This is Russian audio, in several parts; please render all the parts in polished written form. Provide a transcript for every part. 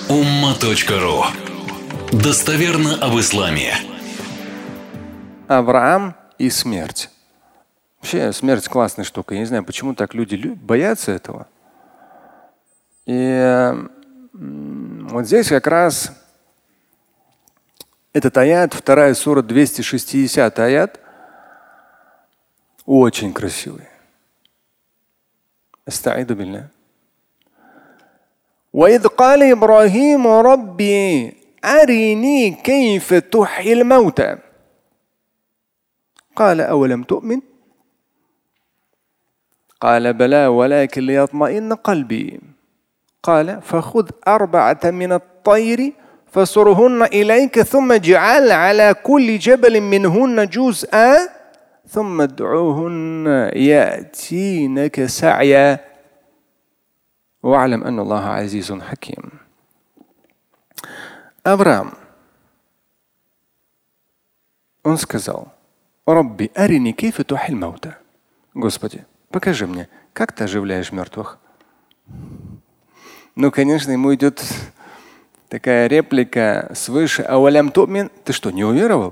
umma.ru. Достоверно об исламе. Авраам и смерть. Вообще смерть классная штука. Я не знаю, почему так люди боятся этого. И вот здесь как раз этот аят, 2 сура, 260 аят, очень красивый. Астаиду билля. وإذ قال إبراهيم ربي أرني كيف تحيي الموتى قال أولم تؤمن قال بلى ولكن ليطمئن قلبي قال فخذ 4 من الطير فصرهن إليك ثم اجعل على كل جبل منهن جزءا ثم ادعوهن يأتينك سعيا واعلم أن الله عزيز حكيم. Авраам, он сказал: Рабби, арини кейфа тухиль маута. Господи, покажи мне, как ты оживляешь мертвых. Ну, конечно, ему идет такая реплика свыше. Ауалям ту'мин, ты что, не уверовал?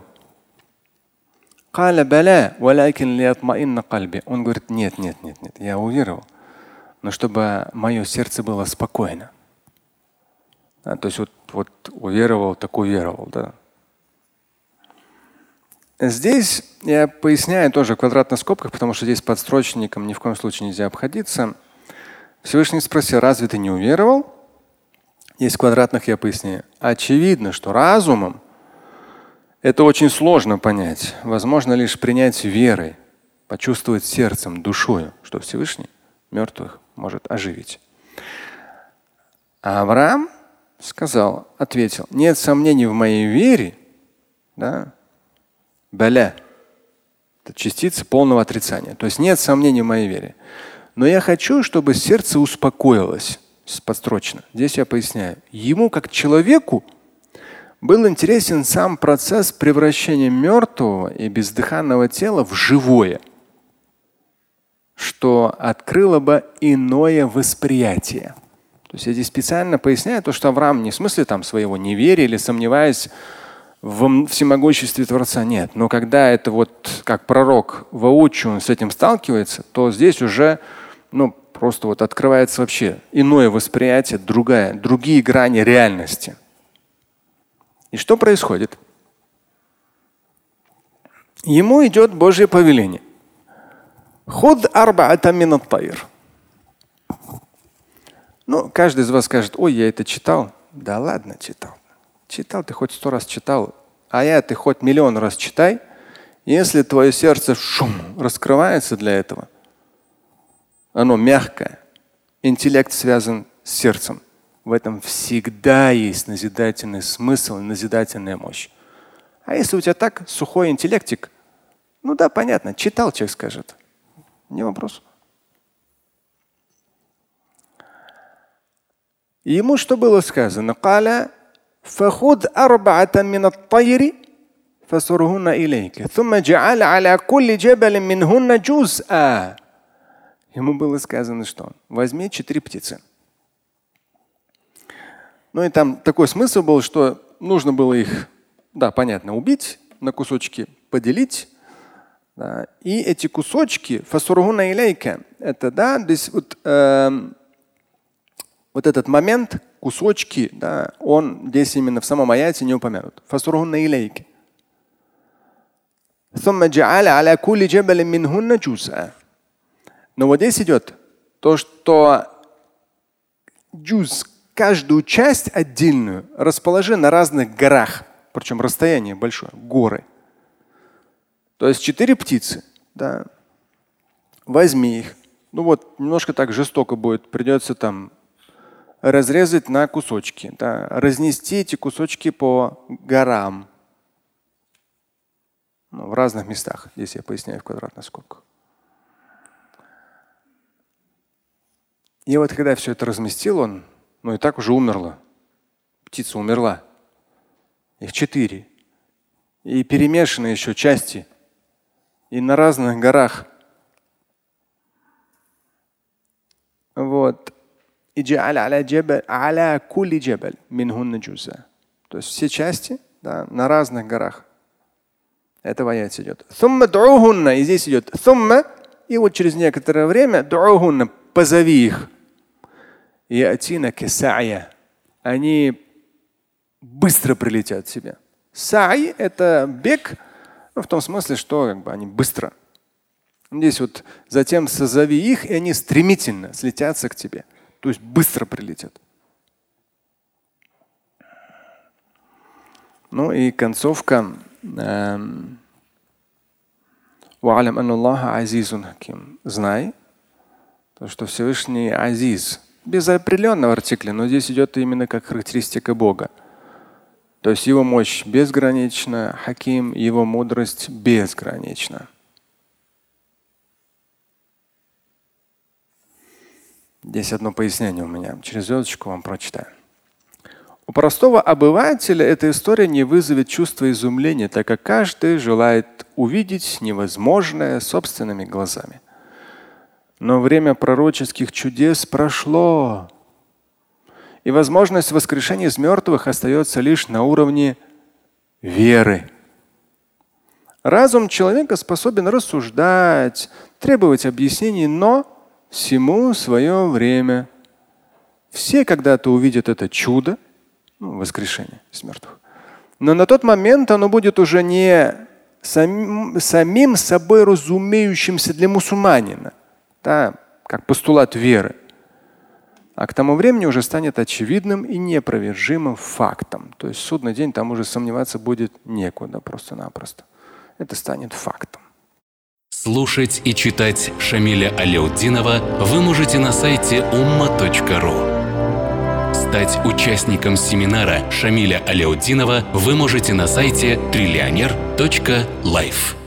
Каля баля, валякин лиатмаинна кальби. Он говорит: нет, я уверовал, но чтобы мое сердце было спокойно. То есть вот уверовал, так уверовал, да. Здесь я поясняю тоже в квадратных скобках, потому что здесь подстрочником ни в коем случае нельзя обходиться. Всевышний спросил: разве ты не уверовал? Есть в квадратных я поясняю. Очевидно, что разумом это очень сложно понять. Возможно лишь принять верой, почувствовать сердцем, душою, что Всевышний мертвых может оживить. А Авраам ответил: нет сомнений в моей вере, да? Баля. Это частица полного отрицания. То есть нет сомнений в моей вере. Но я хочу, чтобы сердце успокоилось. Подстрочно. Здесь я поясняю. Ему, как человеку, был интересен сам процесс превращения мертвого и бездыханного тела в живое, что открыло бы иное восприятие. То есть я здесь специально поясняю то, что Авраам не в смысле там своего неверия или сомневаясь в всемогуществе Творца. Нет. Но когда это вот как пророк воочию с этим сталкивается, то здесь уже просто вот открывается вообще иное восприятие, другие грани реальности. И что происходит? Ему идет Божье повеление. Худ арба'ата мин ат-тайр. Каждый из вас скажет: ой, я это читал. Да ладно, читал. Читал ты хоть 100 раз читал, аят ты хоть миллион раз читай. Если твое сердце раскрывается для этого, оно мягкое, интеллект связан с сердцем. В этом всегда есть назидательный смысл и назидательная мощь. А если у тебя так сухой интеллектик, да, понятно, читал, человек скажет. Не вопрос. Ему что было сказано? Каля фахуд арба'ата мин ат-тайри фасурхунна илейка. Thumma джа'аль аля кулли джабалин минхунна джуз'а. Ему было сказано, что возьми 4 птицы. И там такой смысл был, что нужно было их, да, понятно, убить, на кусочки поделить. Да, и эти кусочки фасурхунна илейка, это, да, здесь вот этот момент, кусочки, да, он здесь именно в самом аяте не упомянут. Фасурхунна илейка. Thumma джа'аль аля кулли джабалин минхунна джуз'а. Но вот здесь идет то, что каждую часть отдельную расположи на разных горах, причем расстояние большое, горы. То есть 4 птицы, да, возьми их. Немножко так жестоко будет, придется там разрезать на кусочки, да, разнести эти кусочки по горам. В разных местах. Здесь я поясняю в квадратных скобках. И вот когда все это разместил, он, и так уже умерла. Птица умерла. Их 4. И перемешаны еще части. И на разных горах. Вот. иджа'аль аля кулли джабаль минхунна джуза. То есть все части, да, на разных горах. Это в аяте идет. Сумма ду'ухунна, и здесь идет сумма, и вот через некоторое время ду'ухунна, позови их. Ятина кисая. Они быстро прилетят к тебе. Сай – это бег, в том смысле, что они быстро. Здесь вот затем созови их, и они стремительно слетятся к тебе. То есть быстро прилетят. Ну и концовка. Знай, что Всевышний Азиз. Без определенного артикля, но здесь идет именно как характеристика Бога. То есть его мощь безгранична, Хаким, его мудрость безгранична. Здесь одно пояснение у меня. Через звездочку вам прочитаю. У простого обывателя эта история не вызовет чувства изумления, так как каждый желает увидеть невозможное собственными глазами. Но время пророческих чудес прошло, и возможность воскрешения из мертвых остается лишь на уровне веры. Разум человека способен рассуждать, требовать объяснений, но всему свое время. Все когда-то увидят это чудо, воскрешение из мертвых. Но на тот момент оно будет уже не самим собой разумеющимся для мусульманина, да, как постулат веры, а к тому времени уже станет очевидным и неопровержимым фактом. То есть в судный день там уже сомневаться будет некуда просто-напросто. Это станет фактом. Слушать и читать Шамиля Аляутдинова вы можете на сайте umma.ru. Стать участником семинара Шамиля Аляутдинова вы можете на сайте trillioner.life.